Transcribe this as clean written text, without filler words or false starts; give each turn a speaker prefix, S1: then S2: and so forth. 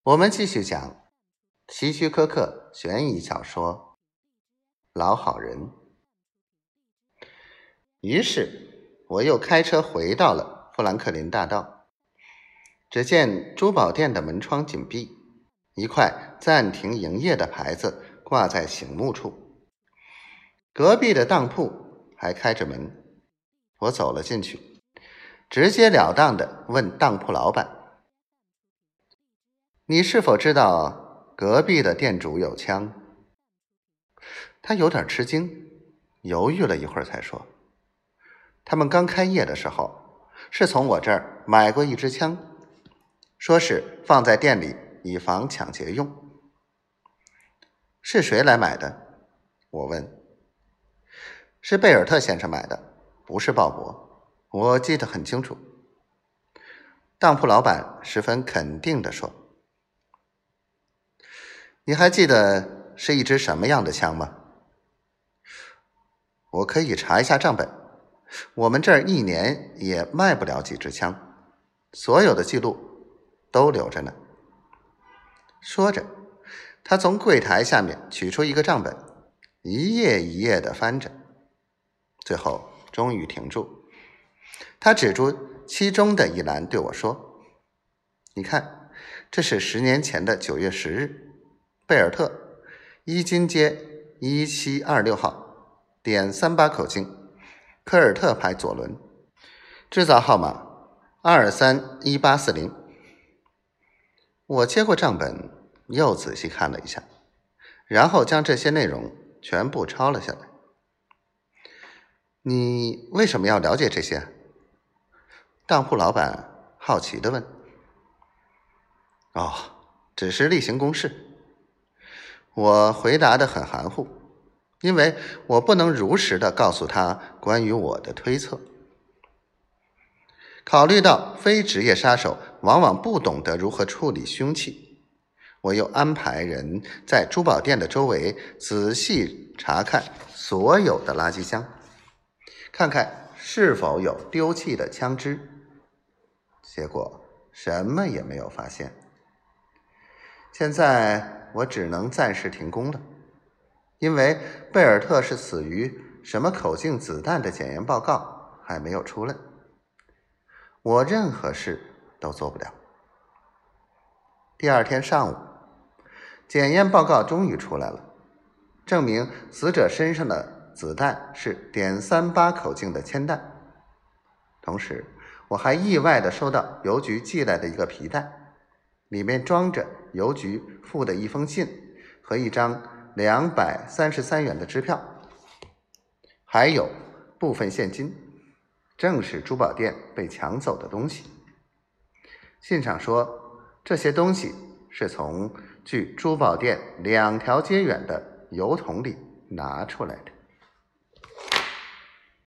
S1: 我们继续讲希区柯克悬疑小说《老好人》。于是我又开车回到了富兰克林大道，只见珠宝店的门窗紧闭，一块暂停营业的牌子挂在醒目处，隔壁的当铺还开着门。我走了进去，直截了当地问当铺老板：你是否知道隔壁的店主有枪？他有点吃惊，犹豫了一会儿才说：他们刚开业的时候是从我这儿买过一支枪，说是放在店里以防抢劫用。是谁来买的？我问。是贝尔特先生买的，不是鲍勃，我记得很清楚。当铺老板十分肯定地说。你还记得是一支什么样的枪吗？我可以查一下账本，我们这儿一年也卖不了几支枪，所有的记录都留着呢。说着，他从柜台下面取出一个账本，一页一页地翻着，最后终于停住。他指出其中的一栏对我说：你看，这是10年前的9月10日，贝尔特，伊金街1726号.38口径，科尔特牌左轮，制造号码231840。我接过账本，又仔细看了一下，然后将这些内容全部抄了下来。你为什么要了解这些？当铺老板好奇地问。哦，只是例行公事。我回答得很含糊，因为我不能如实地告诉他关于我的推测。考虑到非职业杀手往往不懂得如何处理凶器，我又安排人在珠宝店的周围仔细查看所有的垃圾箱，看看是否有丢弃的枪支。结果什么也没有发现。现在我只能暂时停工了，因为贝尔特是死于什么口径子弹的检验报告还没有出来，我任何事都做不了。第二天上午，检验报告终于出来了，证明死者身上的子弹是.38口径的铅弹。同时，我还意外地收到邮局寄来的一个皮带，里面装着邮局附的一封信和一张233元的支票，还有部分现金，正是珠宝店被抢走的东西。信上说，这些东西是从距珠宝店2条街远的邮筒里拿出来的。